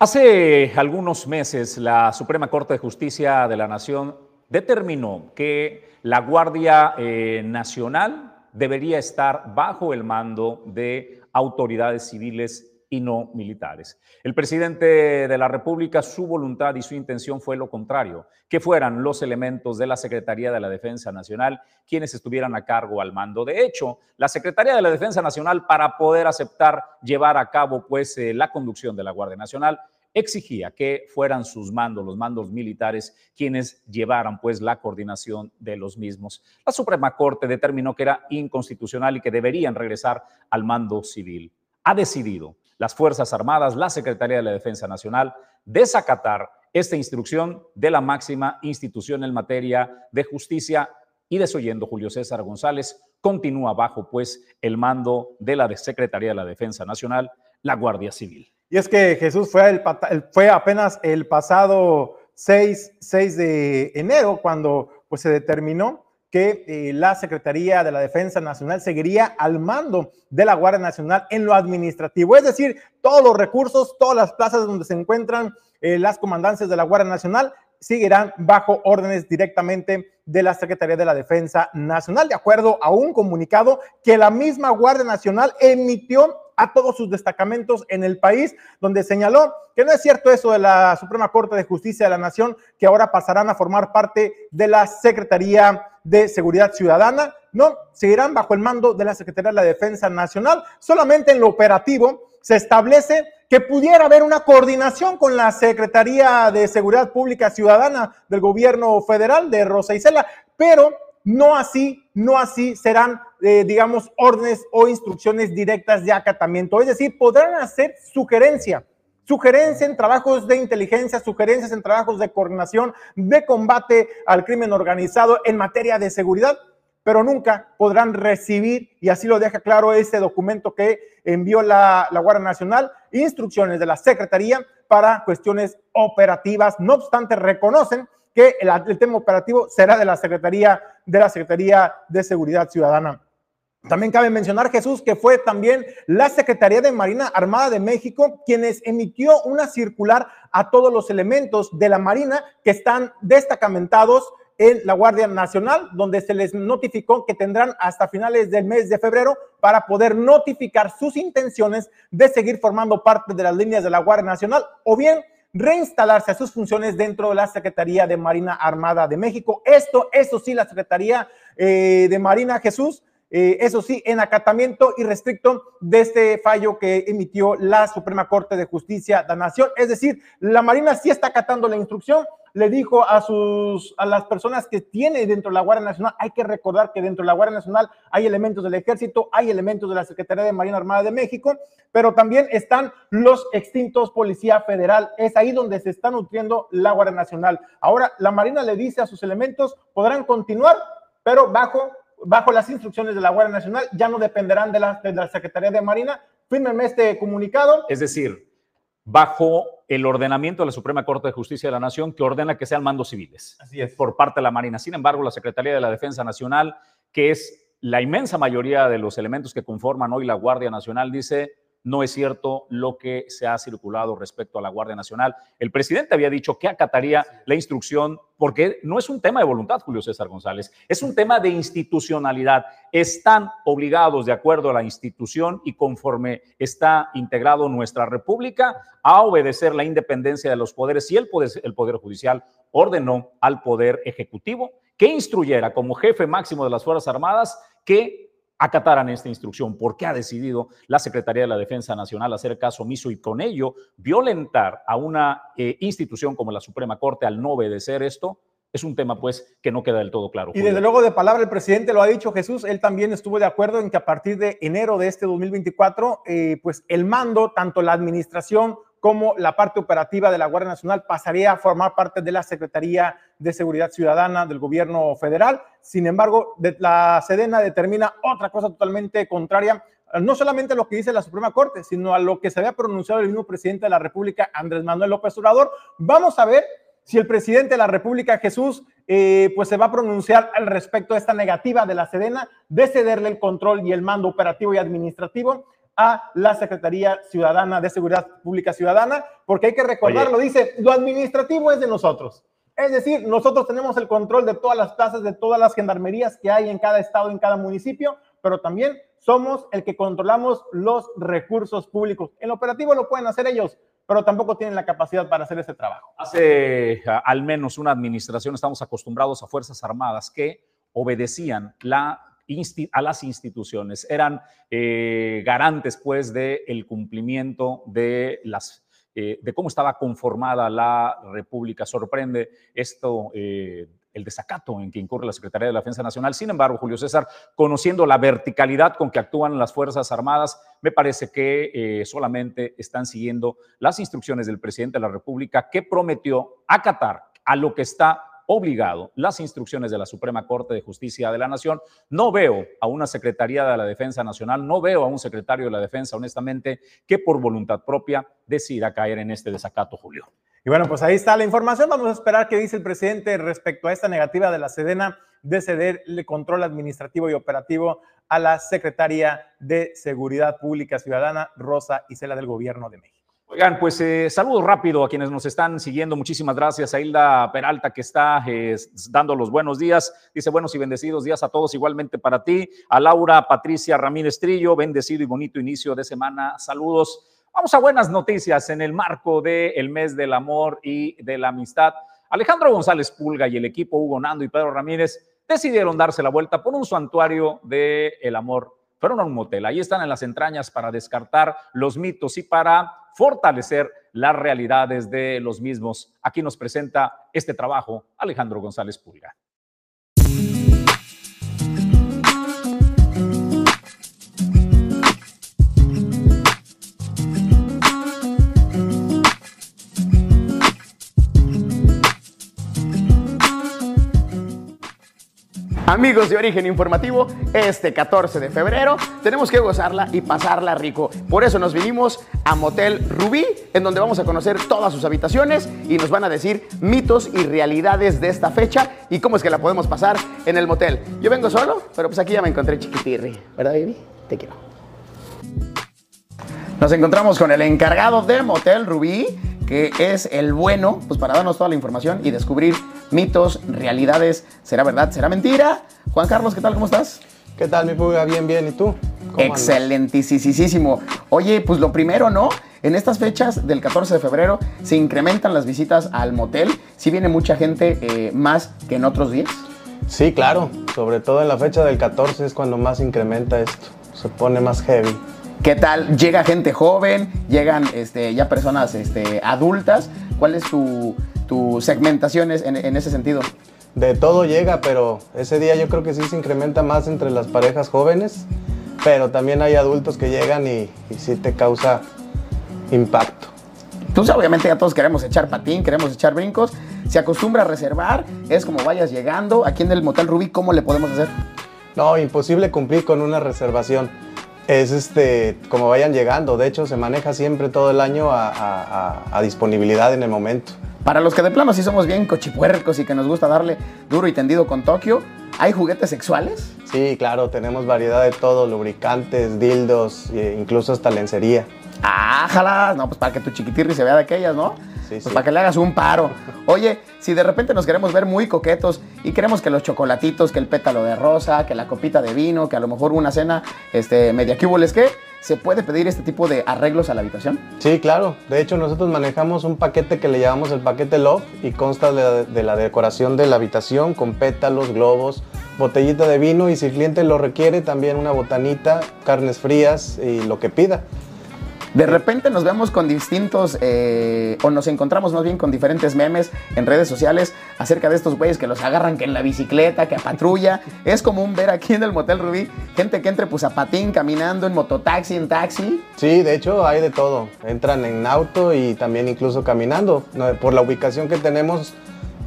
Hace algunos meses, la Suprema Corte de Justicia de la Nación determinó que la Guardia Nacional debería estar bajo el mando de autoridades civiles y no militares. El presidente de la República, su voluntad y su intención fue lo contrario, que fueran los elementos de la Secretaría de la Defensa Nacional quienes estuvieran a cargo al mando. De hecho, la Secretaría de la Defensa Nacional, para poder aceptar llevar a cabo la conducción de la Guardia Nacional, exigía que fueran sus mandos, los mandos militares, quienes llevaran la coordinación de los mismos. La Suprema Corte determinó que era inconstitucional y que deberían regresar al mando civil. Ha decidido las Fuerzas Armadas, la Secretaría de la Defensa Nacional, desacatar esta instrucción de la máxima institución en materia de justicia y, desoyendo Julio César González, continúa bajo el mando de la Secretaría de la Defensa Nacional, la Guardia Civil. Y es que Jesús fue apenas el pasado 6 de enero cuando se determinó que la Secretaría de la Defensa Nacional seguiría al mando de la Guardia Nacional en lo administrativo, es decir, todos los recursos, todas las plazas donde se encuentran las comandancias de la Guardia Nacional seguirán bajo órdenes directamente de la Secretaría de la Defensa Nacional, de acuerdo a un comunicado que la misma Guardia Nacional emitió a todos sus destacamentos en el país, donde señaló que no es cierto eso de la Suprema Corte de Justicia de la Nación, que ahora pasarán a formar parte de la Secretaría de Seguridad Ciudadana. No, seguirán bajo el mando de la Secretaría de la Defensa Nacional. Solamente en lo operativo se establece que pudiera haber una coordinación con la Secretaría de Seguridad Pública Ciudadana del gobierno federal de Rosa Isela, pero no así serán, órdenes o instrucciones directas de acatamiento. Es decir, podrán hacer sugerencia en trabajos de inteligencia, sugerencias en trabajos de coordinación, de combate al crimen organizado en materia de seguridad, pero nunca podrán recibir, y así lo deja claro ese documento que envió la Guardia Nacional, instrucciones de la Secretaría para cuestiones operativas. No obstante, reconocen que el tema operativo será de la Secretaría de Seguridad Ciudadana. También cabe mencionar, Jesús, que fue también la Secretaría de Marina Armada de México quienes emitió una circular a todos los elementos de la Marina que están destacamentados en la Guardia Nacional, donde se les notificó que tendrán hasta finales del mes de febrero para poder notificar sus intenciones de seguir formando parte de las líneas de la Guardia Nacional o bien reinstalarse a sus funciones dentro de la Secretaría de Marina Armada de México. Eso sí, la Secretaría de Marina, Jesús, eso sí, en acatamiento irrestricto de este fallo que emitió la Suprema Corte de Justicia de la Nación. Es decir, la Marina sí está acatando la instrucción. Le dijo a las personas que tiene dentro de la Guardia Nacional, hay que recordar que dentro de la Guardia Nacional hay elementos del Ejército, hay elementos de la Secretaría de Marina Armada de México, pero también están los extintos Policía Federal. Es ahí donde se está nutriendo la Guardia Nacional. Ahora, la Marina le dice a sus elementos, podrán continuar, pero bajo las instrucciones de la Guardia Nacional, ya no dependerán de la Secretaría de Marina. Fírmenme este comunicado. Es decir, bajo el ordenamiento de la Suprema Corte de Justicia de la Nación, que ordena que sean mandos civiles. Así es. Por parte de la Marina. Sin embargo, la Secretaría de la Defensa Nacional, que es la inmensa mayoría de los elementos que conforman hoy la Guardia Nacional, dice: no es cierto lo que se ha circulado respecto a la Guardia Nacional. El presidente había dicho que acataría la instrucción porque no es un tema de voluntad, Julio César González, es un tema de institucionalidad. Están obligados, de acuerdo a la institución y conforme está integrado nuestra república, a obedecer la independencia de los poderes, y el Poder Judicial ordenó al Poder Ejecutivo que instruyera como jefe máximo de las Fuerzas Armadas que acataran esta instrucción. ¿Por qué ha decidido la Secretaría de la Defensa Nacional hacer caso omiso y con ello violentar a una institución como la Suprema Corte al no obedecer esto? Es un tema, que no queda del todo claro. Y desde luego, de palabra, el presidente lo ha dicho, Jesús. Él también estuvo de acuerdo en que a partir de enero de este 2024, el mando, tanto la administración como la parte operativa de la Guardia Nacional, pasaría a formar parte de la Secretaría de Seguridad Ciudadana del gobierno federal. Sin embargo, la Sedena determina otra cosa totalmente contraria, no solamente a lo que dice la Suprema Corte, sino a lo que se había pronunciado el mismo presidente de la República, Andrés Manuel López Obrador. Vamos a ver si el presidente de la República, Jesús, se va a pronunciar al respecto de esta negativa de la Sedena de cederle el control y el mando operativo y administrativo a la Secretaría Ciudadana de Seguridad Pública Ciudadana, porque hay que recordarlo, dice, lo administrativo es de nosotros. Es decir, nosotros tenemos el control de todas las plazas, de todas las gendarmerías que hay en cada estado, en cada municipio, pero también somos el que controlamos los recursos públicos. El operativo lo pueden hacer ellos, pero tampoco tienen la capacidad para hacer ese trabajo. Hace al menos una administración estamos acostumbrados a Fuerzas Armadas que obedecían a las instituciones, eran garantes pues del cumplimiento de cómo estaba conformada la República. Sorprende esto, el desacato en que incurre la Secretaría de la Defensa Nacional. Sin embargo, Julio César, conociendo la verticalidad con que actúan las Fuerzas Armadas, me parece que solamente están siguiendo las instrucciones del presidente de la República, que prometió acatar a lo que está obligado, las instrucciones de la Suprema Corte de Justicia de la Nación. No veo a una Secretaría de la Defensa Nacional, no veo a un secretario de la Defensa, honestamente, que por voluntad propia decida caer en este desacato, Julio. Y bueno, pues ahí está la información. Vamos a esperar qué dice el presidente respecto a esta negativa de la Sedena de cederle control administrativo y operativo a la Secretaría de Seguridad Pública Ciudadana, Rosa Isela, del Gobierno de México. Oigan, pues saludo rápido a quienes nos están siguiendo. Muchísimas gracias a Hilda Peralta, que está dando los buenos días. Dice buenos y bendecidos días a todos, igualmente para ti. A Laura Patricia Ramírez Trillo, bendecido y bonito inicio de semana. Saludos. Vamos a buenas noticias en el marco del mes del amor y de la amistad. Alejandro González Pulga y el equipo Hugo Nando y Pedro Ramírez decidieron darse la vuelta por un santuario del amor. Fueron a un motel. Ahí están en las entrañas para descartar los mitos y para fortalecer las realidades de los mismos. Aquí nos presenta este trabajo Alejandro González Pulga. Amigos de Origen Informativo, este 14 de febrero tenemos que gozarla y pasarla rico. Por eso nos vinimos a Motel Rubí, en donde vamos a conocer todas sus habitaciones y nos van a decir mitos y realidades de esta fecha y cómo es que la podemos pasar en el motel. Yo vengo solo, pero pues aquí ya me encontré chiquitirri, ¿verdad, baby? Te quiero. Nos encontramos con el encargado de Motel Rubí, que es el bueno, pues para darnos toda la información y descubrir mitos, realidades, ¿será verdad, será mentira? Juan Carlos, ¿qué tal? ¿Cómo estás? ¿Qué tal, mi Puga? Bien, bien. ¿Y tú? Excelentísimo. Oye, pues lo primero, ¿no? En estas fechas del 14 de febrero se incrementan las visitas al motel. ¿Sí viene mucha gente más que en otros días? Sí, claro. Sobre todo en la fecha del 14 es cuando más incrementa esto. Se pone más heavy. ¿Qué tal? ¿Llega gente joven? ¿Llegan ya personas adultas? ¿Cuál es tu segmentación en ese sentido? De todo llega, pero ese día yo creo que sí se incrementa más entre las parejas jóvenes, pero también hay adultos que llegan y sí te causa impacto. Pues obviamente ya todos queremos echar patín, queremos echar brincos. Se acostumbra a reservar, es como vayas llegando. Aquí en el Motel Rubí, ¿cómo le podemos hacer? No, imposible cumplir con una reservación. Es como vayan llegando. De hecho, se maneja siempre todo el año a disponibilidad en el momento. Para los que de plano sí somos bien cochipuercos y que nos gusta darle duro y tendido con Tokio, ¿hay juguetes sexuales? Sí, claro, tenemos variedad de todo, lubricantes, dildos, incluso hasta lencería. ¡Ájala! No, pues para que tu chiquitirri se vea de aquellas, ¿no? Sí, pues sí. Para que le hagas un paro. Oye, si de repente nos queremos ver muy coquetos y queremos que los chocolatitos, que el pétalo de rosa, que la copita de vino, que a lo mejor una cena media cúboles, ¿qué? ¿Se puede pedir este tipo de arreglos a la habitación? Sí, claro. De hecho, nosotros manejamos un paquete que le llamamos el paquete Love y consta de la decoración de la habitación con pétalos, globos, botellita de vino y si el cliente lo requiere, también una botanita, carnes frías y lo que pida. De repente nos vemos con distintos, o nos encontramos más bien con diferentes memes en redes sociales acerca de estos güeyes que los agarran que en la bicicleta, que a patrulla. Es común ver aquí en el Motel Rubí gente que entre pues a patín, caminando, en mototaxi, en taxi. Sí, de hecho hay de todo. Entran en auto y también incluso caminando. Por la ubicación que tenemos,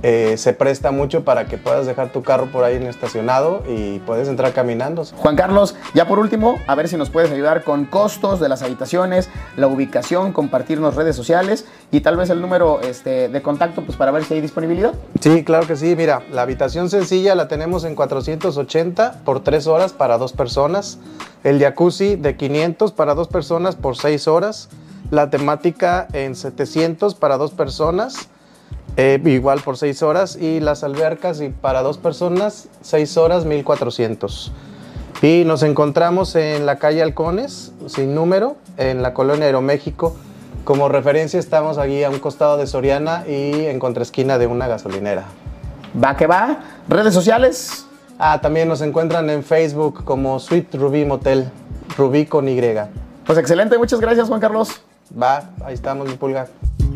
se presta mucho para que puedas dejar tu carro por ahí en estacionado y puedes entrar caminando. Juan Carlos, ya por último, a ver si nos puedes ayudar con costos de las habitaciones, la ubicación, compartirnos redes sociales y tal vez el número de contacto pues para ver si hay disponibilidad. Sí, claro que sí. Mira, la habitación sencilla la tenemos en 480 por 3 horas para 2 personas. El jacuzzi de 500 para 2 personas por 6 horas. La temática en 700 para 2 personas. Igual por 6 horas, y las albercas y para 2 personas 6 horas 1400. Y nos encontramos en la calle Halcones sin número, en la colonia Aeroméxico. Como referencia estamos aquí a un costado de Soriana y en contraesquina de una gasolinera. Va que va. ¿Redes sociales? También nos encuentran en Facebook como Suite Rubí Motel, Rubí con Y. Pues excelente, muchas gracias Juan Carlos. Va, ahí estamos, mi pulga.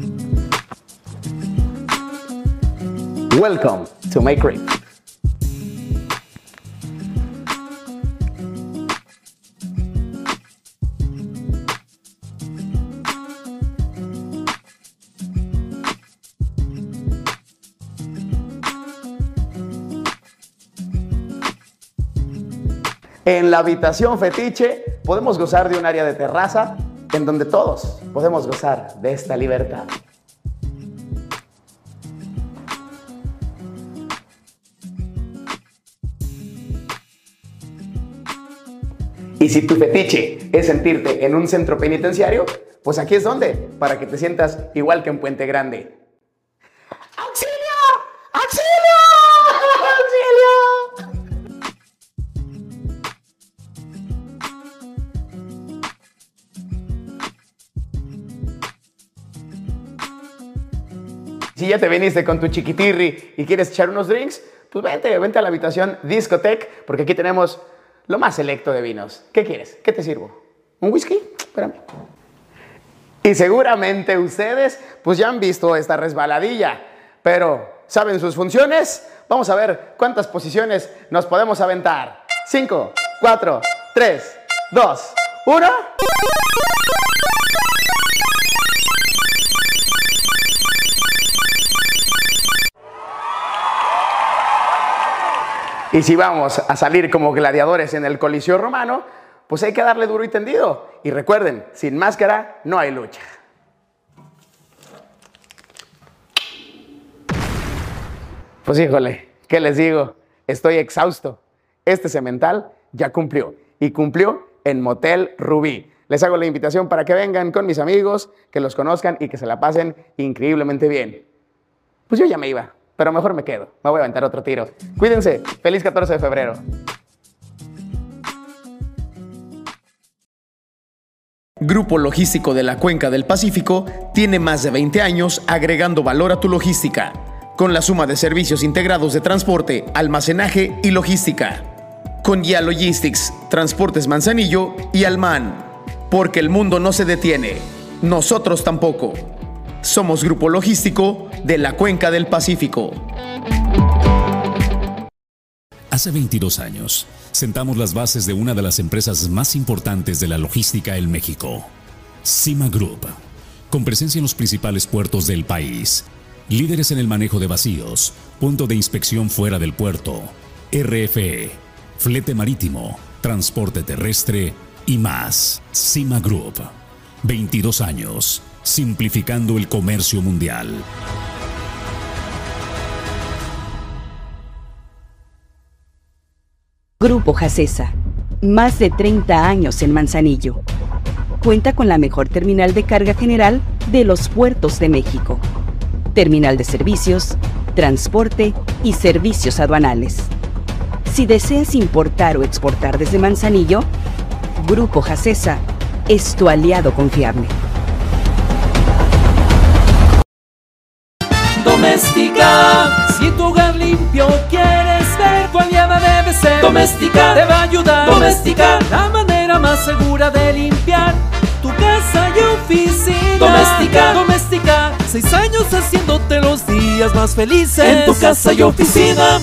Welcome to my crib. En la habitación fetiche podemos gozar de un área de terraza en donde todos podemos gozar de esta libertad. Y si tu fetiche es sentirte en un centro penitenciario, pues aquí es donde, para que te sientas igual que en Puente Grande. ¡Auxilio! ¡Auxilio! ¡Auxilio! Si ya te viniste con tu chiquitirri y quieres echar unos drinks, pues vente a la habitación Discotech, porque aquí tenemos lo más selecto de vinos. ¿Qué quieres? ¿Qué te sirvo? ¿Un whisky? Espérame. Y seguramente ustedes pues ya han visto esta resbaladilla, pero ¿saben sus funciones? Vamos a ver cuántas posiciones nos podemos aventar. 5, 4, 3, 2, 1. Y si vamos a salir como gladiadores en el Coliseo Romano, pues hay que darle duro y tendido. Y recuerden, sin máscara no hay lucha. Pues híjole, ¿qué les digo? Estoy exhausto. Este cemental ya cumplió. Y cumplió en Motel Rubí. Les hago la invitación para que vengan con mis amigos, que los conozcan y que se la pasen increíblemente bien. Pues yo ya me iba, pero mejor me quedo. Me voy a aventar otro tiro. Cuídense. Feliz 14 de febrero. Grupo Logístico de la Cuenca del Pacífico tiene más de 20 años agregando valor a tu logística, con la suma de servicios integrados de transporte, almacenaje y logística. Con Ya Logistics, Transportes Manzanillo y Alman. Porque el mundo no se detiene. Nosotros tampoco. Somos Grupo Logístico de la Cuenca del Pacífico. Hace 22 años, sentamos las bases de una de las empresas más importantes de la logística en México, Cima Group, con presencia en los principales puertos del país, líderes en el manejo de vacíos, punto de inspección fuera del puerto, RFE, flete marítimo, transporte terrestre y más. Cima Group, 22 años, simplificando el comercio mundial. Grupo Jacesa, más de 30 años en Manzanillo. Cuenta con la mejor terminal de carga general de los puertos de México. Terminal de servicios, transporte y servicios aduanales. Si deseas importar o exportar desde Manzanillo, Grupo Jacesa es tu aliado confiable. Doméstica, si tu hogar limpio quieres ver, tu aliada debe ser. Doméstica, te va a ayudar. Doméstica, la manera más segura de limpiar tu casa y oficina. Doméstica, Doméstica, 6 años haciéndote los días más felices en tu casa y oficina.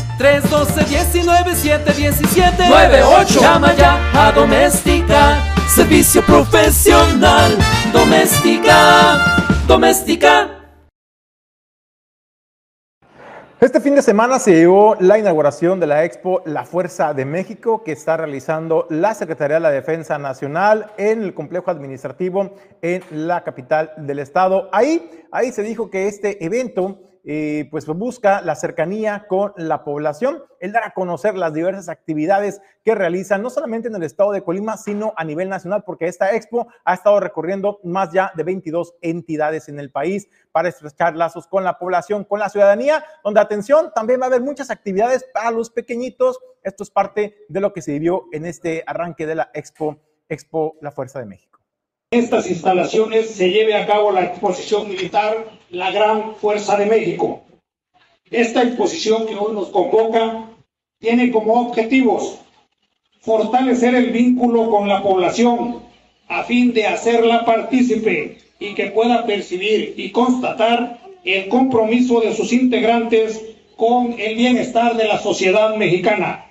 312-19-717-98. Llama ya a Doméstica, servicio profesional. Doméstica, Doméstica. Este fin de semana se llevó la inauguración de la Expo La Fuerza de México, que está realizando la Secretaría de la Defensa Nacional en el complejo administrativo en la capital del estado. Ahí se dijo que este evento pues busca la cercanía con la población, el dar a conocer las diversas actividades que realizan, no solamente en el estado de Colima, sino a nivel nacional, porque esta expo ha estado recorriendo más ya de 22 entidades en el país para estrechar lazos con la población, con la ciudadanía, donde, atención, también va a haber muchas actividades para los pequeñitos. Esto es parte de lo que se vivió en este arranque de la Expo La Fuerza de México. En estas instalaciones se lleve a cabo la exposición militar La Gran Fuerza de México. Esta exposición que hoy nos convoca tiene como objetivos fortalecer el vínculo con la población a fin de hacerla partícipe y que pueda percibir y constatar el compromiso de sus integrantes con el bienestar de la sociedad mexicana.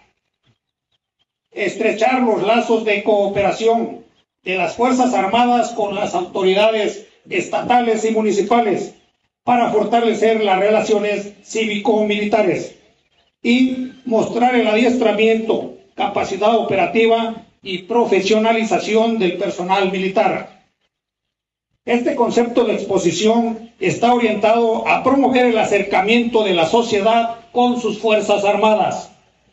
Estrechar los lazos de cooperación de las Fuerzas Armadas con las autoridades estatales y municipales para fortalecer las relaciones cívico-militares y mostrar el adiestramiento, capacidad operativa y profesionalización del personal militar. Este concepto de exposición está orientado a promover el acercamiento de la sociedad con sus Fuerzas Armadas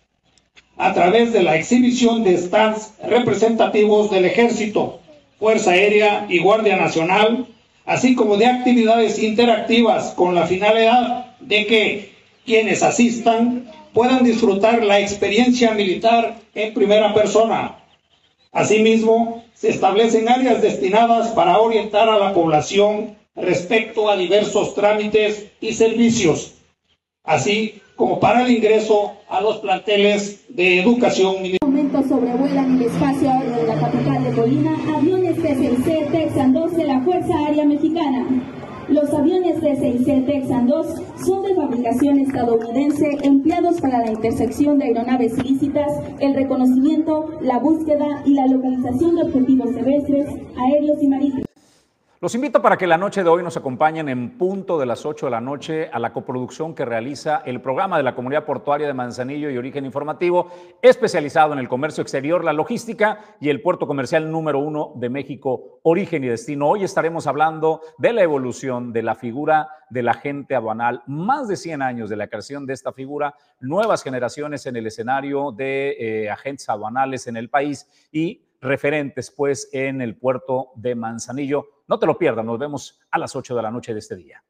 a través de la exhibición de stands representativos del Ejército, Fuerza Aérea y Guardia Nacional, así como de actividades interactivas con la finalidad de que quienes asistan puedan disfrutar la experiencia militar en primera persona. Asimismo, se establecen áreas destinadas para orientar a la población respecto a diversos trámites y servicios, así como para el ingreso a los planteles de educación militar. En este momento sobrevuelan el espacio aéreo de la capital de Colima aviones T-6C Texan 2 de la Fuerza Aérea Mexicana. Los aviones T-6C Texan 2 son de fabricación estadounidense, empleados para la intersección de aeronaves ilícitas, el reconocimiento, la búsqueda y la localización de objetivos terrestres, aéreos y marítimos. Los invito para que la noche de hoy nos acompañen en punto de las 8 de la noche a la coproducción que realiza el programa de la Comunidad Portuaria de Manzanillo y Origen Informativo, especializado en el comercio exterior, la logística y el puerto comercial número 1 de México, Origen y Destino. Hoy estaremos hablando de la evolución de la figura del agente aduanal, más de 100 años de la creación de esta figura, nuevas generaciones en el escenario de agentes aduanales en el país y referentes pues en el puerto de Manzanillo. No te lo pierdas, nos vemos a las 8 de la noche de este día.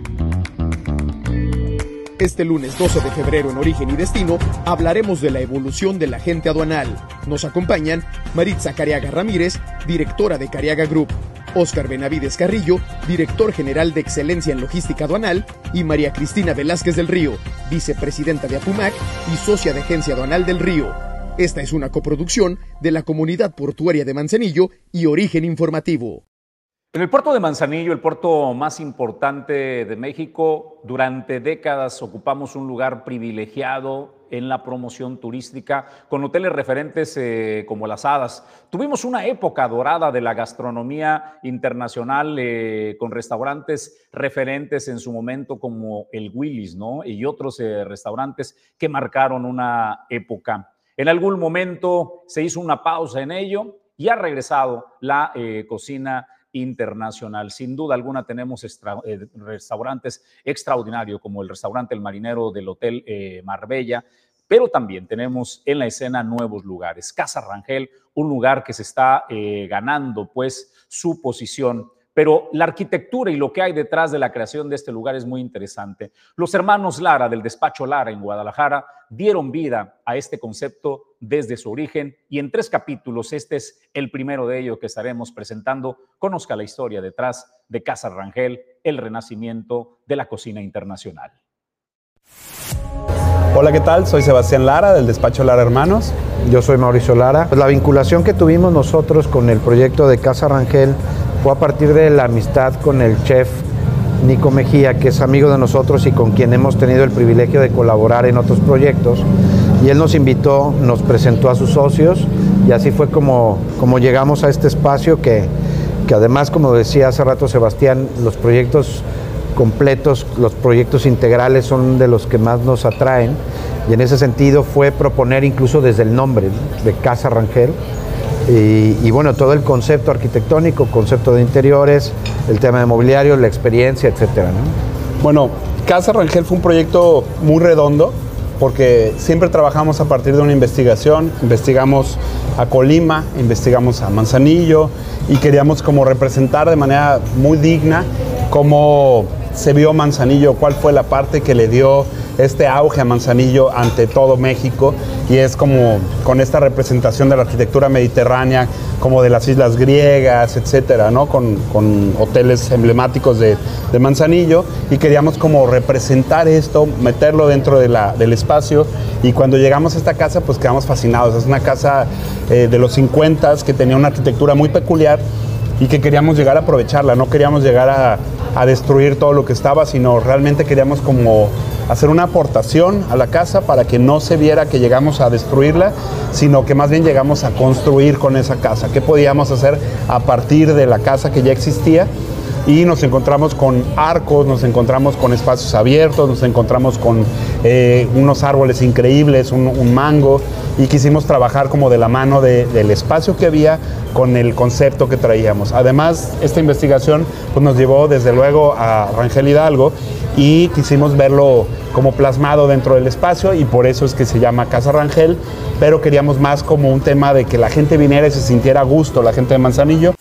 Este lunes 12 de febrero en Origen y Destino hablaremos de la evolución del agente aduanal. Nos acompañan Maritza Cariaga Ramírez, directora de Cariaga Group, Óscar Benavides Carrillo, director general de Excelencia en Logística Aduanal, y María Cristina Velázquez del Río, vicepresidenta de APUMAC y socia de Agencia Aduanal del Río. Esta es una coproducción de la Comunidad Portuaria de Manzanillo y Origen Informativo. En el puerto de Manzanillo, el puerto más importante de México, durante décadas ocupamos un lugar privilegiado en la promoción turística, con hoteles referentes como Las Hadas. Tuvimos una época dorada de la gastronomía internacional, con restaurantes referentes en su momento como el Willis, ¿no? Y otros restaurantes que marcaron una época. En algún momento se hizo una pausa en ello y ha regresado la cocina internacional. Sin duda alguna tenemos restaurantes extraordinarios como el restaurante El Marinero del Hotel Marbella, pero también tenemos en la escena nuevos lugares. Casa Rangel, un lugar que se está ganando pues su posición. Pero la arquitectura y lo que hay detrás de la creación de este lugar es muy interesante. Los hermanos Lara del despacho Lara en Guadalajara dieron vida a este concepto desde su origen y en 3 capítulos, este es el primero de ellos que estaremos presentando. Conozca la historia detrás de Casa Rangel, el renacimiento de la cocina internacional. Hola, ¿qué tal? Soy Sebastián Lara del despacho Lara Hermanos. Yo soy Mauricio Lara. Pues la vinculación que tuvimos nosotros con el proyecto de Casa Rangel fue a partir de la amistad con el chef Nico Mejía, que es amigo de nosotros y con quien hemos tenido el privilegio de colaborar en otros proyectos. Y él nos invitó, nos presentó a sus socios y así fue como llegamos a este espacio que además, como decía hace rato Sebastián, los proyectos completos, los proyectos integrales son de los que más nos atraen, y en ese sentido fue proponer incluso desde el nombre, ¿no?, de Casa Rangel, y bueno, todo el concepto arquitectónico, concepto de interiores, el tema de mobiliario, la experiencia, etcétera, ¿no? Bueno, Casa Rangel fue un proyecto muy redondo porque siempre trabajamos a partir de una investigación. Investigamos a Colima, investigamos a Manzanillo y queríamos como representar de manera muy digna cómo se vio Manzanillo, cuál fue la parte que le dio este auge a Manzanillo ante todo México, y es como con esta representación de la arquitectura mediterránea, como de las islas griegas, etcétera, ¿no? Con hoteles emblemáticos de Manzanillo, y queríamos como representar esto, meterlo dentro del espacio, y cuando llegamos a esta casa pues quedamos fascinados. Es una casa de los 50s que tenía una arquitectura muy peculiar y que queríamos llegar a aprovecharla, no queríamos llegar a destruir todo lo que estaba, sino realmente queríamos como hacer una aportación a la casa para que no se viera que llegamos a destruirla, sino que más bien llegamos a construir con esa casa. ¿Qué podíamos hacer a partir de la casa que ya existía? Y nos encontramos con arcos, nos encontramos con espacios abiertos, nos encontramos con unos árboles increíbles, un mango, y quisimos trabajar como de la mano del espacio que había con el concepto que traíamos. Además, esta investigación pues, nos llevó desde luego a Rangel Hidalgo, y quisimos verlo como plasmado dentro del espacio, y por eso es que se llama Casa Rangel, pero queríamos más como un tema de que la gente viniera y se sintiera a gusto, la gente de Manzanillo.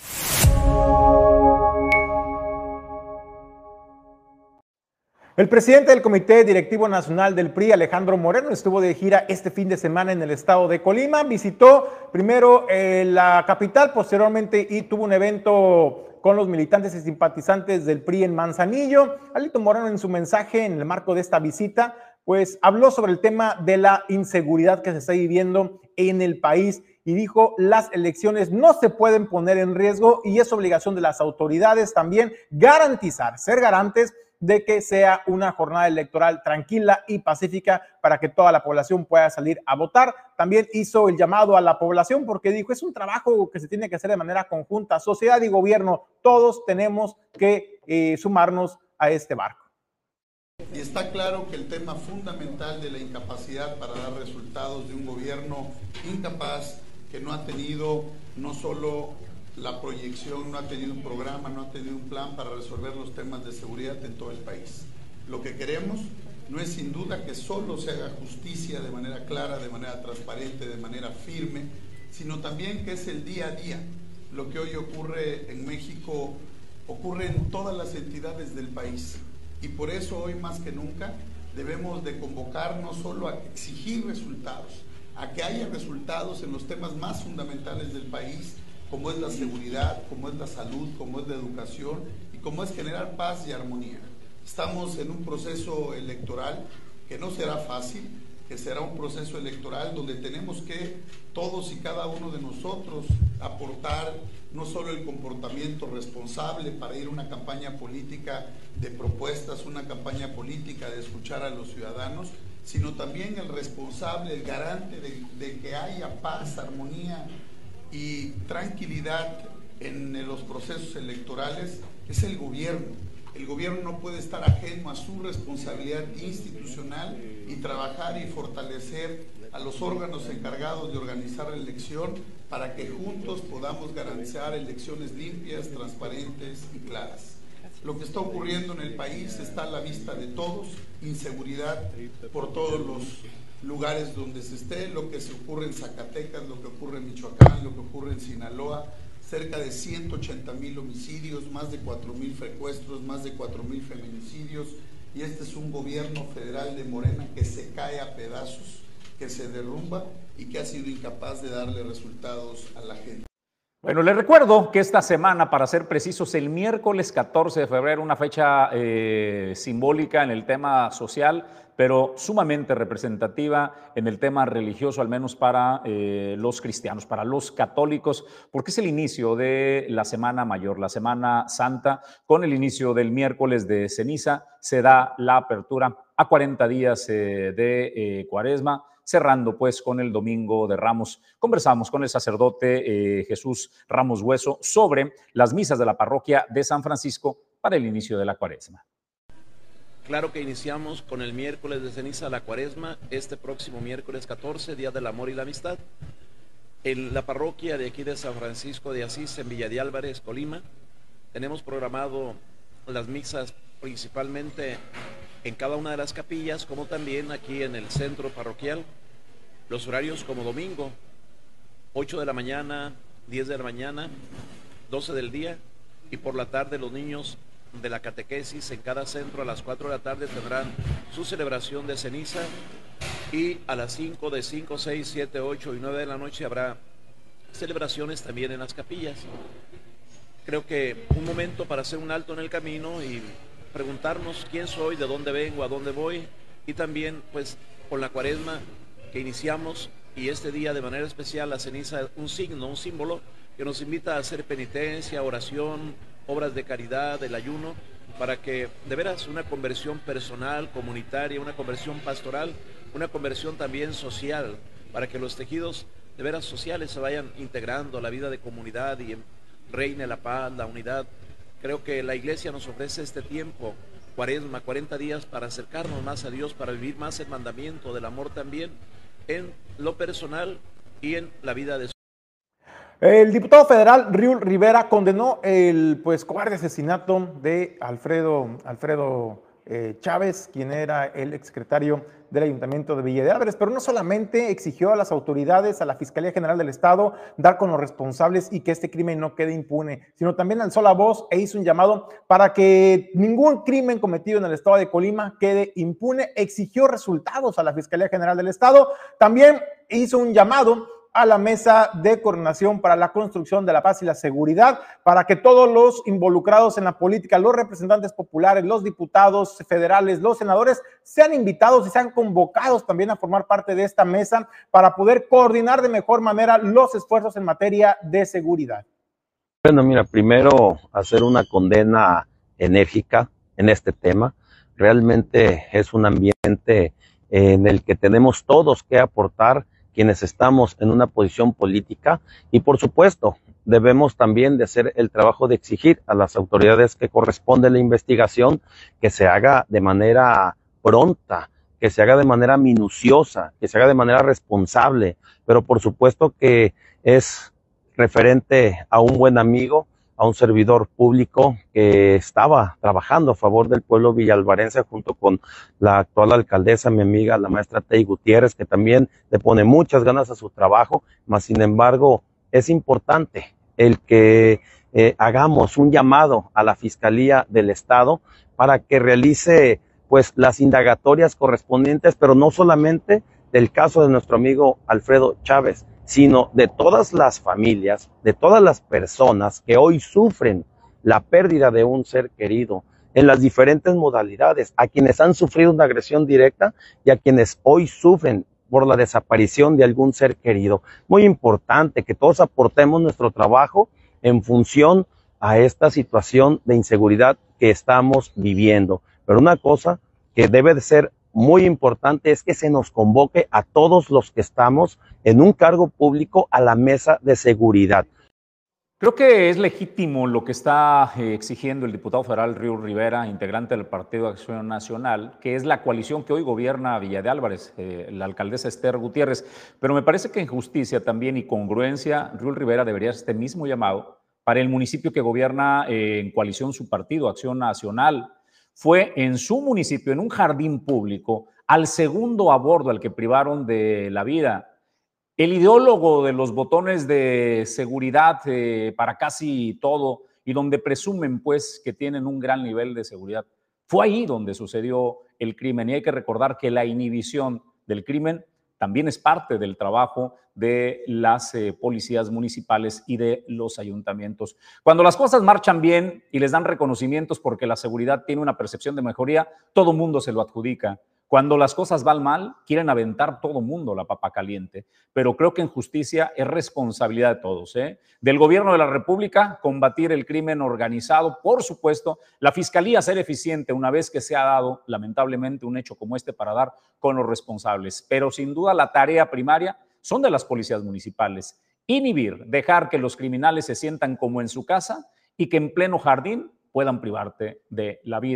El presidente del Comité Directivo Nacional del PRI, Alejandro Moreno, estuvo de gira este fin de semana en el estado de Colima. Visitó primero la capital, posteriormente y tuvo un evento con los militantes y simpatizantes del PRI en Manzanillo. Alito Moreno, en su mensaje en el marco de esta visita, pues habló sobre el tema de la inseguridad que se está viviendo en el país y dijo: las elecciones no se pueden poner en riesgo y es obligación de las autoridades también garantizar, ser garantes de que sea una jornada electoral tranquila y pacífica para que toda la población pueda salir a votar. También hizo el llamado a la población porque dijo: es un trabajo que se tiene que hacer de manera conjunta, sociedad y gobierno, todos tenemos que sumarnos a este barco. Y está claro que el tema fundamental de la incapacidad para dar resultados de un gobierno incapaz, que no ha tenido no solo la proyección, no ha tenido un programa, no ha tenido un plan para resolver los temas de seguridad en todo el país. Lo que queremos no es sin duda que solo se haga justicia de manera clara, de manera transparente, de manera firme, sino también que es el día a día. Lo que hoy ocurre en México ocurre en todas las entidades del país, y por eso hoy más que nunca debemos de convocar no solo a exigir resultados, a que haya resultados en los temas más fundamentales del país, como es la seguridad, como es la salud, como es la educación y como es generar paz y armonía. Estamos en un proceso electoral que no será fácil, que será un proceso electoral donde tenemos que todos y cada uno de nosotros aportar no solo el comportamiento responsable para ir a una campaña política de propuestas, una campaña política de escuchar a los ciudadanos, sino también el responsable, el garante de que haya paz, armonía y tranquilidad en los procesos electorales, es el gobierno. El gobierno no puede estar ajeno a su responsabilidad institucional y trabajar y fortalecer a los órganos encargados de organizar la elección para que juntos podamos garantizar elecciones limpias, transparentes y claras. Lo que está ocurriendo en el país está a la vista de todos: inseguridad por todos los lugares donde se esté, lo que se ocurre en Zacatecas, lo que ocurre en Michoacán, lo que ocurre en Sinaloa, cerca de 180,000 homicidios, más de 4,000 secuestros, más de 4,000 feminicidios, y este es un gobierno federal de Morena que se cae a pedazos, que se derrumba y que ha sido incapaz de darle resultados a la gente. Bueno, les recuerdo que esta semana, para ser precisos, el miércoles 14 de febrero, una fecha simbólica en el tema social, pero sumamente representativa en el tema religioso, al menos para los cristianos, para los católicos, porque es el inicio de la Semana Mayor, la Semana Santa. Con el inicio del miércoles de ceniza se da la apertura a 40 días de Cuaresma, cerrando pues con el Domingo de Ramos. Conversamos con el sacerdote Jesús Ramos Hueso sobre las misas de la parroquia de San Francisco para el inicio de la Cuaresma. Claro que iniciamos con el miércoles de ceniza la cuaresma, este próximo miércoles 14, Día del Amor y la Amistad, en la parroquia de aquí de San Francisco de Asís, en Villa de Álvarez, Colima. Tenemos programado las misas principalmente en cada una de las capillas, como también aquí en el centro parroquial. Los horarios como domingo, 8 de la mañana, 10 de la mañana, 12 del día, y por la tarde los niños de la catequesis en cada centro a las 4 de la tarde tendrán su celebración de ceniza, y a las 5, de 5, 6, 7, 8 y 9 de la noche habrá celebraciones también en las capillas. Creo que un momento para hacer un alto en el camino y preguntarnos quién soy, de dónde vengo, a dónde voy, y también pues con la cuaresma que iniciamos, y este día de manera especial la ceniza, un signo, un símbolo que nos invita a hacer penitencia, oración, obras de caridad, el ayuno, para que de veras una conversión personal, comunitaria, una conversión pastoral, una conversión también social, para que los tejidos de veras sociales se vayan integrando a la vida de comunidad y reine la paz, la unidad. Creo que la Iglesia nos ofrece este tiempo, cuaresma, 40 días, para acercarnos más a Dios, para vivir más el mandamiento del amor también en lo personal y en la vida de su. El diputado federal Riul Rivera condenó el cobarde asesinato de Alfredo Chávez, quien era el exsecretario del Ayuntamiento de Villa de Álvarez, pero no solamente exigió a las autoridades, a la Fiscalía General del Estado, dar con los responsables y que este crimen no quede impune, sino también alzó la voz e hizo un llamado para que ningún crimen cometido en el estado de Colima quede impune. Exigió resultados a la Fiscalía General del Estado. También hizo un llamado a la Mesa de Coordinación para la Construcción de la Paz y la Seguridad, para que todos los involucrados en la política, los representantes populares, los diputados federales, los senadores, sean invitados y sean convocados también a formar parte de esta mesa para poder coordinar de mejor manera los esfuerzos en materia de seguridad. Bueno, mira, primero hacer una condena enérgica en este tema. Realmente es un ambiente en el que tenemos todos que aportar, quienes estamos en una posición política, y por supuesto debemos también de hacer el trabajo de exigir a las autoridades que corresponde la investigación que se haga de manera pronta, que se haga de manera minuciosa, que se haga de manera responsable, pero por supuesto que es referente a un buen amigo, a un servidor público que estaba trabajando a favor del pueblo villalvarense junto con la actual alcaldesa, mi amiga, la maestra Tey Gutiérrez, que también le pone muchas ganas a su trabajo, mas sin embargo es importante el que hagamos un llamado a la Fiscalía del Estado para que realice pues las indagatorias correspondientes, pero no solamente del caso de nuestro amigo Alfredo Chávez, sino de todas las familias, de todas las personas que hoy sufren la pérdida de un ser querido en las diferentes modalidades, a quienes han sufrido una agresión directa y a quienes hoy sufren por la desaparición de algún ser querido. Muy importante que todos aportemos nuestro trabajo en función a esta situación de inseguridad que estamos viviendo. Pero una cosa que debe de ser muy importante es que se nos convoque a todos los que estamos en un cargo público a la mesa de seguridad. Creo que es legítimo lo que está exigiendo el diputado federal Riul Rivera, integrante del Partido de Acción Nacional, que es la coalición que hoy gobierna Villa de Álvarez, la alcaldesa Esther Gutiérrez. Pero me parece que en justicia también y congruencia, Riul Rivera debería hacer este mismo llamado para el municipio que gobierna en coalición su partido, Acción Nacional. Fue en su municipio, en un jardín público, al segundo aborto al que privaron de la vida. El ideólogo de los botones de seguridad para casi todo y donde presumen pues que tienen un gran nivel de seguridad. Fue ahí donde sucedió el crimen y hay que recordar que la inhibición del crimen también es parte del trabajo de las policías municipales y de los ayuntamientos. Cuando las cosas marchan bien y les dan reconocimientos porque la seguridad tiene una percepción de mejoría, todo mundo se lo adjudica. Cuando las cosas van mal, quieren aventar todo mundo la papa caliente. Pero creo que en justicia es responsabilidad de todos, del gobierno de la República, combatir el crimen organizado, por supuesto, la Fiscalía ser eficiente una vez que se ha dado, lamentablemente, un hecho como este para dar con los responsables. Pero sin duda la tarea primaria son de las policías municipales. Inhibir, dejar que los criminales se sientan como en su casa y que en pleno jardín puedan privarte de la vida,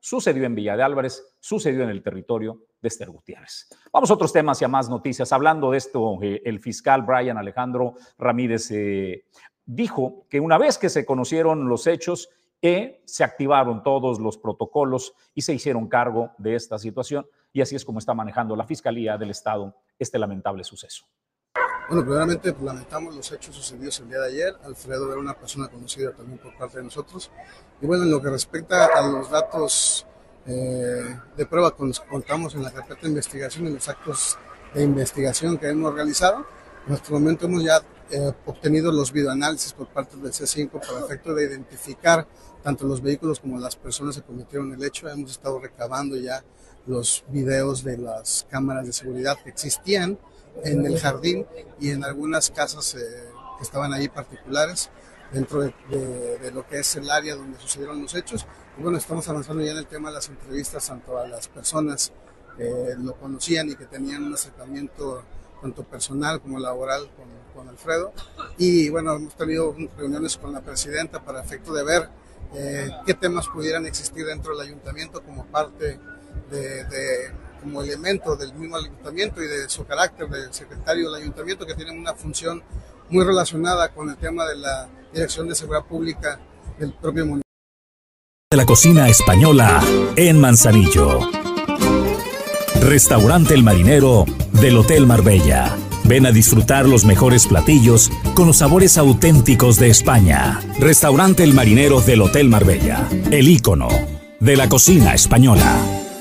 sucedió en Villa de Álvarez, sucedió en el territorio de Ester Gutiérrez. Vamos a otros temas y a más noticias. Hablando de esto, el fiscal Brian Alejandro Ramírez dijo que una vez que se conocieron los hechos, se activaron todos los protocolos y se hicieron cargo de esta situación, y así es como está manejando la Fiscalía del Estado este lamentable suceso. Bueno, primeramente lamentamos los hechos sucedidos el día de ayer. Alfredo era una persona conocida también por parte de nosotros. Y bueno, en lo que respecta a los datos de prueba con los que contamos en la carpeta de investigación y los actos de investigación que hemos realizado, en este momento hemos ya obtenido los videoanálisis por parte del C5 para efecto de identificar tanto los vehículos como las personas que cometieron el hecho. Hemos estado recabando ya los videos de las cámaras de seguridad que existían en el jardín y en algunas casas que estaban ahí particulares dentro de lo que es el área donde sucedieron los hechos. Y bueno, estamos avanzando ya en el tema de las entrevistas tanto a las personas que lo conocían y que tenían un acercamiento tanto personal como laboral con Alfredo. Y bueno, hemos tenido reuniones con la presidenta para efecto de ver qué temas pudieran existir dentro del ayuntamiento como parte como elemento del mismo ayuntamiento y de su carácter del secretario del ayuntamiento, que tiene una función muy relacionada con el tema de la Dirección de Seguridad Pública del propio municipio. De la cocina española en Manzanillo. Restaurante El Marinero del Hotel Marbella. Ven a disfrutar los mejores platillos con los sabores auténticos de España. Restaurante El Marinero del Hotel Marbella. El ícono de la cocina española.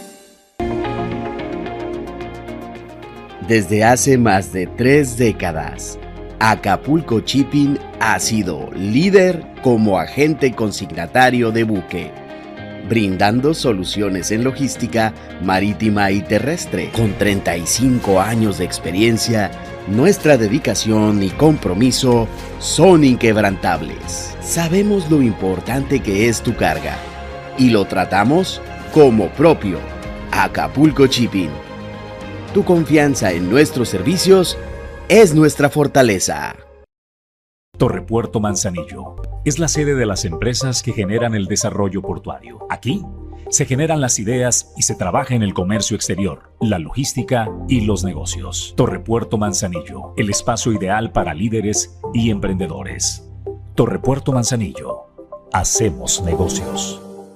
Desde hace más de 3 décadas, Acapulco Shipping ha sido líder como agente consignatario de buque, brindando soluciones en logística marítima y terrestre. Con 35 años de experiencia, nuestra dedicación y compromiso son inquebrantables. Sabemos lo importante que es tu carga y lo tratamos como propio. Acapulco Shipping. Tu confianza en nuestros servicios es nuestra fortaleza. Torrepuerto Manzanillo es la sede de las empresas que generan el desarrollo portuario. Aquí se generan las ideas y se trabaja en el comercio exterior, la logística y los negocios. Torrepuerto Manzanillo, el espacio ideal para líderes y emprendedores. Torrepuerto Manzanillo, hacemos negocios.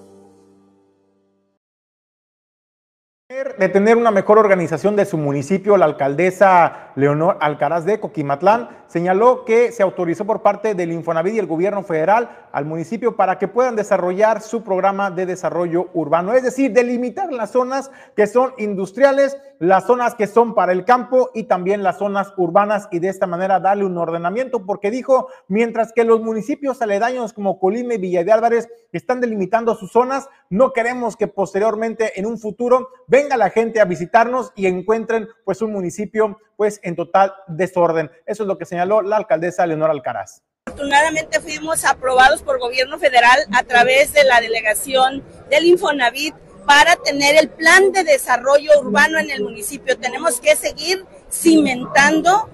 De tener una mejor organización de su municipio, la alcaldesa Leonor Alcaraz de Coquimatlán señaló que se autorizó por parte del Infonavit y el gobierno federal al municipio para que puedan desarrollar su programa de desarrollo urbano, es decir, delimitar las zonas que son industriales, las zonas que son para el campo y también las zonas urbanas, y de esta manera darle un ordenamiento, porque dijo, mientras que los municipios aledaños como Colima y Villa de Álvarez están delimitando sus zonas, no queremos que posteriormente en un futuro venga la gente a visitarnos y encuentren pues un municipio pues en total desorden. Eso es lo que señaló la alcaldesa Leonor Alcaraz. Afortunadamente fuimos aprobados por gobierno federal a través de la delegación del Infonavit para tener el plan de desarrollo urbano en el municipio. Tenemos que seguir cimentando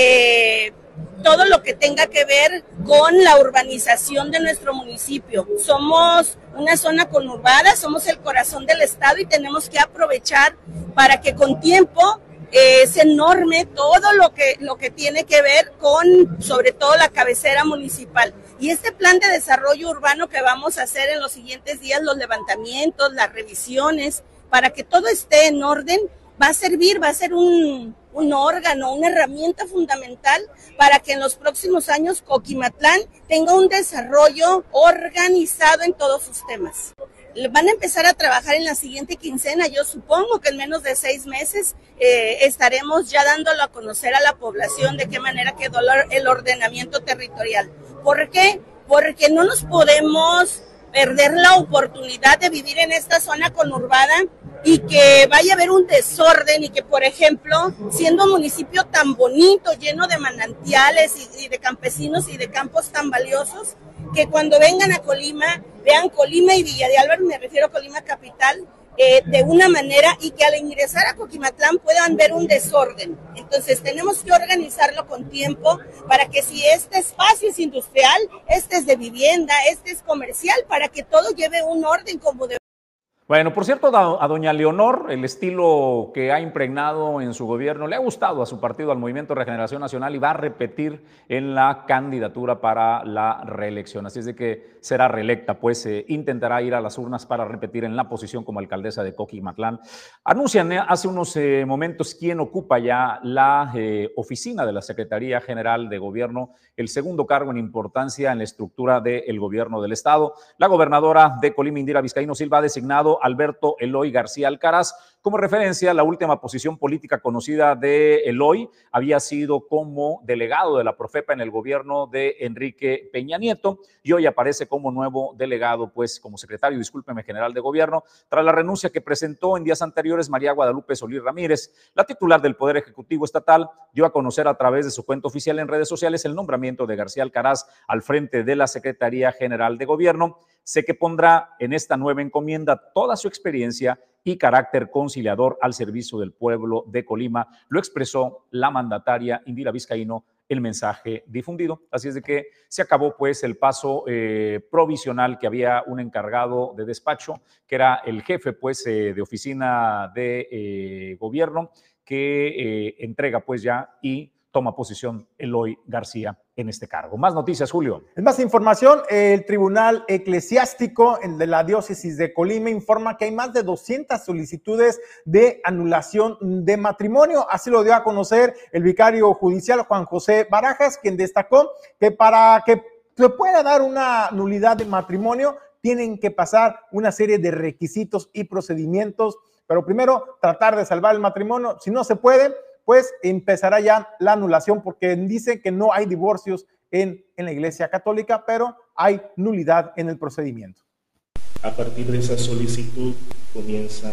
todo lo que tenga que ver con la urbanización de nuestro municipio. Somos una zona conurbada, somos el corazón del estado y tenemos que aprovechar para que con tiempo se norme todo lo que tiene que ver con, sobre todo, la cabecera municipal. Y este plan de desarrollo urbano que vamos a hacer en los siguientes días, los levantamientos, las revisiones, para que todo esté en orden, va a servir, va a ser un órgano, una herramienta fundamental para que en los próximos años Coquimatlán tenga un desarrollo organizado en todos sus temas. Van a empezar a trabajar en la siguiente quincena, yo supongo que en menos de 6 meses estaremos ya dándolo a conocer a la población de qué manera quedó el ordenamiento territorial. ¿Por qué? Porque no nos podemos perder la oportunidad de vivir en esta zona conurbada y que vaya a haber un desorden y que, por ejemplo, siendo un municipio tan bonito, lleno de manantiales y de campesinos y de campos tan valiosos, que cuando vengan a Colima, vean Colima y Villa de Álvarez, me refiero a Colima capital, de una manera, y que al ingresar a Coquimatlán puedan ver un desorden. Entonces tenemos que organizarlo con tiempo para que si este espacio es industrial, este es de vivienda, este es comercial, para que todo lleve un orden como de. Bueno, por cierto, a doña Leonor, el estilo que ha impregnado en su gobierno le ha gustado a su partido, al Movimiento de Regeneración Nacional, y va a repetir en la candidatura para la reelección. Así es de que será reelecta, pues intentará ir a las urnas para repetir en la posición como alcaldesa de Coquimatlán. Anuncian hace unos momentos quién ocupa ya la oficina de la Secretaría General de Gobierno, el segundo cargo en importancia en la estructura del gobierno del Estado. La gobernadora de Colima, Indira Vizcaíno Silva, ha designado Alberto Eloy García Alcaraz. Como referencia, la última posición política conocida de Eloy había sido como delegado de la Profepa en el gobierno de Enrique Peña Nieto, y hoy aparece como nuevo delegado, pues como secretario, discúlpeme, general de gobierno, tras la renuncia que presentó en días anteriores María Guadalupe Solís Ramírez. La titular del Poder Ejecutivo Estatal dio a conocer a través de su cuenta oficial en redes sociales el nombramiento de García Alcaraz al frente de la Secretaría General de Gobierno. Sé que pondrá en esta nueva encomienda toda su experiencia y carácter conciliador al servicio del pueblo de Colima, lo expresó la mandataria Indira Vizcaíno, el mensaje difundido. Así es de que se acabó pues el paso provisional, que había un encargado de despacho, que era el jefe pues de oficina de gobierno, que entrega pues ya y toma posición Eloy García en este cargo. Más noticias, Julio. En más información, el Tribunal Eclesiástico de la Diócesis de Colima informa que hay más de 200 solicitudes de anulación de matrimonio. Así lo dio a conocer el vicario judicial Juan José Barajas, quien destacó que para que se pueda dar una nulidad de matrimonio tienen que pasar una serie de requisitos y procedimientos, pero primero tratar de salvar el matrimonio. Si no se puede, pues empezará ya la anulación, porque dice que no hay divorcios en la Iglesia Católica, pero hay nulidad en el procedimiento. A partir de esa solicitud comienza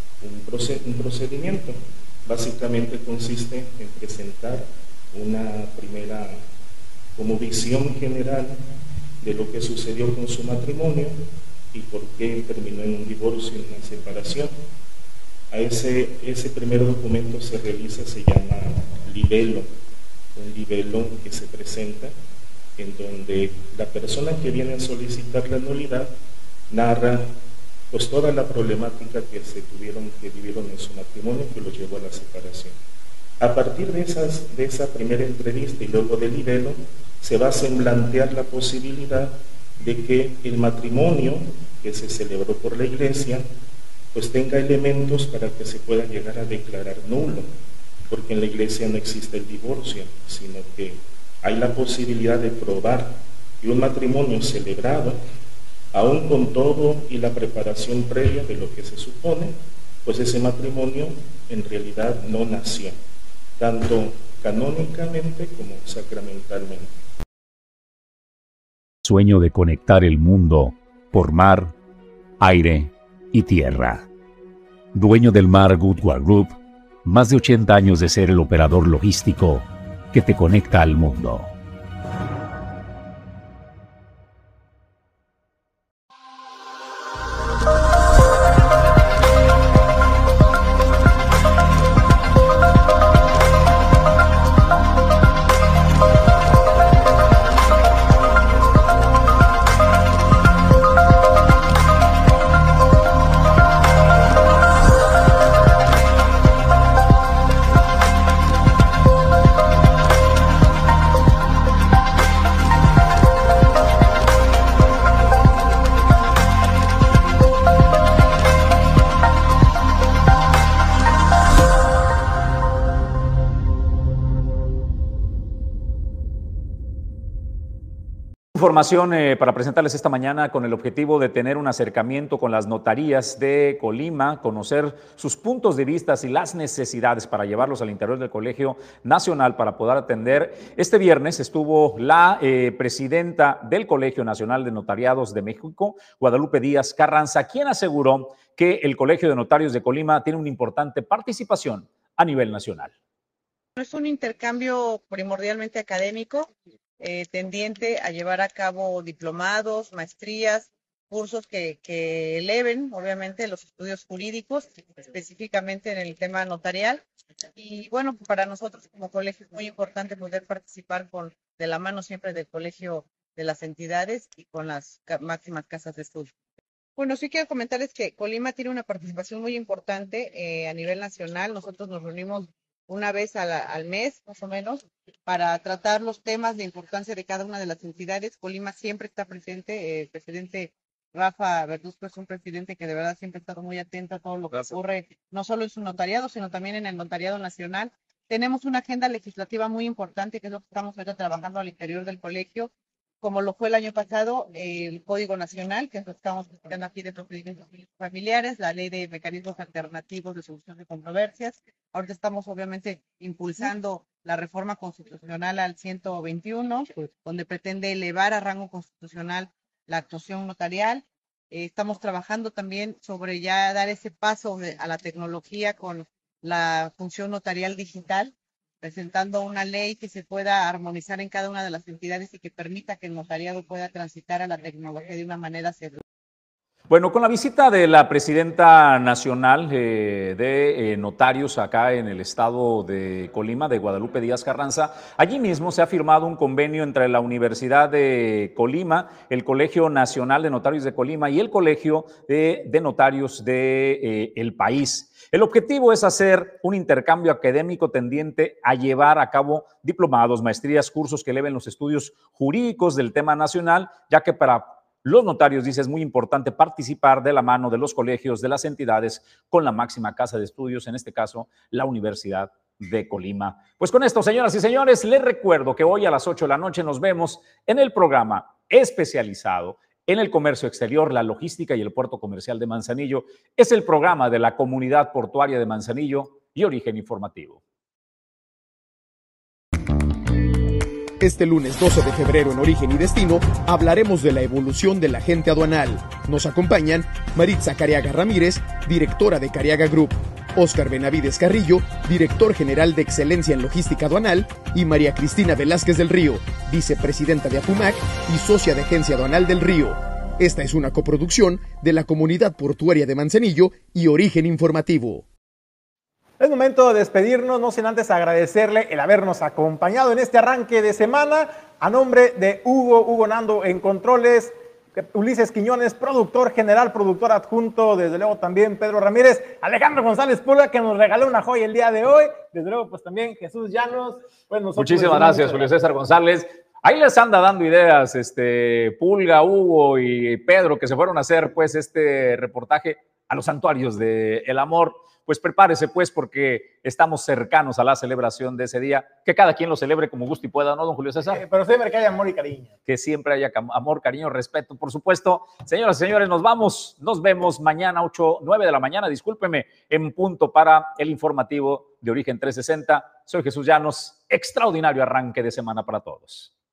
un procedimiento. Básicamente consiste en presentar una primera como visión general de lo que sucedió con su matrimonio y por qué terminó en un divorcio, en una separación. A ese primer documento se llama libelo, un libelo que se presenta en donde la persona que viene a solicitar la nulidad narra pues toda la problemática que vivieron en su matrimonio, que lo llevó a la separación. A partir de esa primera entrevista y luego del libelo, se va a semblantear la posibilidad de que el matrimonio que se celebró por la Iglesia pues tenga elementos para que se pueda llegar a declarar nulo, porque en la Iglesia no existe el divorcio, sino que hay la posibilidad de probar que un matrimonio celebrado, aún con todo y la preparación previa de lo que se supone, pues ese matrimonio en realidad no nació, tanto canónicamente como sacramentalmente. Sueño de conectar el mundo por mar, aire y tierra. Dueño del Mar Goodward Group, más de 80 años de ser el operador logístico que te conecta al mundo. Información para presentarles esta mañana con el objetivo de tener un acercamiento con las notarías de Colima, conocer sus puntos de vista y las necesidades para llevarlos al interior del Colegio Nacional para poder atender. Este viernes estuvo la presidenta del Colegio Nacional de Notariados de México, Guadalupe Díaz Carranza, quien aseguró que el Colegio de Notarios de Colima tiene una importante participación a nivel nacional. Es un intercambio primordialmente académico, tendiente a llevar a cabo diplomados, maestrías, cursos que eleven, obviamente, los estudios jurídicos, específicamente en el tema notarial. Y bueno, para nosotros como colegio es muy importante poder participar de la mano siempre del colegio de las entidades y con las máximas casas de estudio. Bueno, sí quiero comentarles que Colima tiene una participación muy importante a nivel nacional. Nosotros nos reunimos una vez al mes, más o menos, para tratar los temas de importancia de cada una de las entidades. Colima siempre está presente. El presidente Rafa Verduzco es un presidente que de verdad siempre ha estado muy atento a todo lo que ocurre, no solo en su notariado, sino también en el notariado nacional. Tenemos una agenda legislativa muy importante, que es lo que estamos ahorita trabajando al interior del colegio, como lo fue el año pasado, el Código Nacional, que es lo que estamos discutiendo aquí de procedimientos familiares, la Ley de Mecanismos Alternativos de Solución de Controversias. Ahorita estamos obviamente impulsando la reforma constitucional al 121, donde pretende elevar a rango constitucional la actuación notarial. Estamos trabajando también sobre ya dar ese paso a la tecnología con la función notarial digital, presentando una ley que se pueda armonizar en cada una de las entidades y que permita que el notariado pueda transitar a la tecnología de una manera segura. Bueno, con la visita de la presidenta nacional de notarios acá en el estado de Colima, de Guadalupe Díaz Carranza, allí mismo se ha firmado un convenio entre la Universidad de Colima, el Colegio Nacional de Notarios de Colima y el Colegio de Notarios del país. El objetivo es hacer un intercambio académico tendiente a llevar a cabo diplomados, maestrías, cursos que eleven los estudios jurídicos del tema nacional, ya que para los notarios, dice, es muy importante participar de la mano de los colegios, de las entidades, con la máxima casa de estudios, en este caso, la Universidad de Colima. Pues con esto, señoras y señores, les recuerdo que hoy a las 8 de la noche nos vemos en el programa especializado en el comercio exterior, la logística y el puerto comercial de Manzanillo. Es el programa de la Comunidad Portuaria de Manzanillo y Origen Informativo. Este lunes 12 de febrero en Origen y Destino hablaremos de la evolución del agente aduanal. Nos acompañan Maritza Cariaga Ramírez, directora de Cariaga Group, Óscar Benavides Carrillo, director general de Excelencia en Logística Aduanal, y María Cristina Velázquez del Río, vicepresidenta de APUMAC y socia de Agencia Aduanal del Río. Esta es una coproducción de la Comunidad Portuaria de Manzanillo y Origen Informativo. Es momento de despedirnos, no sin antes agradecerle el habernos acompañado en este arranque de semana. A nombre de Hugo Nando en controles, Ulises Quiñones, productor general, productor adjunto, desde luego también Pedro Ramírez, Alejandro González Pulga, que nos regaló una joya el día de hoy, desde luego pues también Jesús Llanos. Pues muchísimas gracias, Julio César González. Ahí les anda dando ideas, Pulga, Hugo y Pedro, que se fueron a hacer pues este reportaje a los santuarios del amor. Pues prepárese pues porque estamos cercanos a la celebración de ese día, que cada quien lo celebre como guste y pueda, ¿no, don Julio César? Pero siempre que haya amor y cariño. Que siempre haya amor, cariño, respeto, por supuesto. Señoras y señores, nos vemos mañana 9 de la mañana, discúlpeme, en punto para el informativo de Origen 360. Soy Jesús Llanos, extraordinario arranque de semana para todos.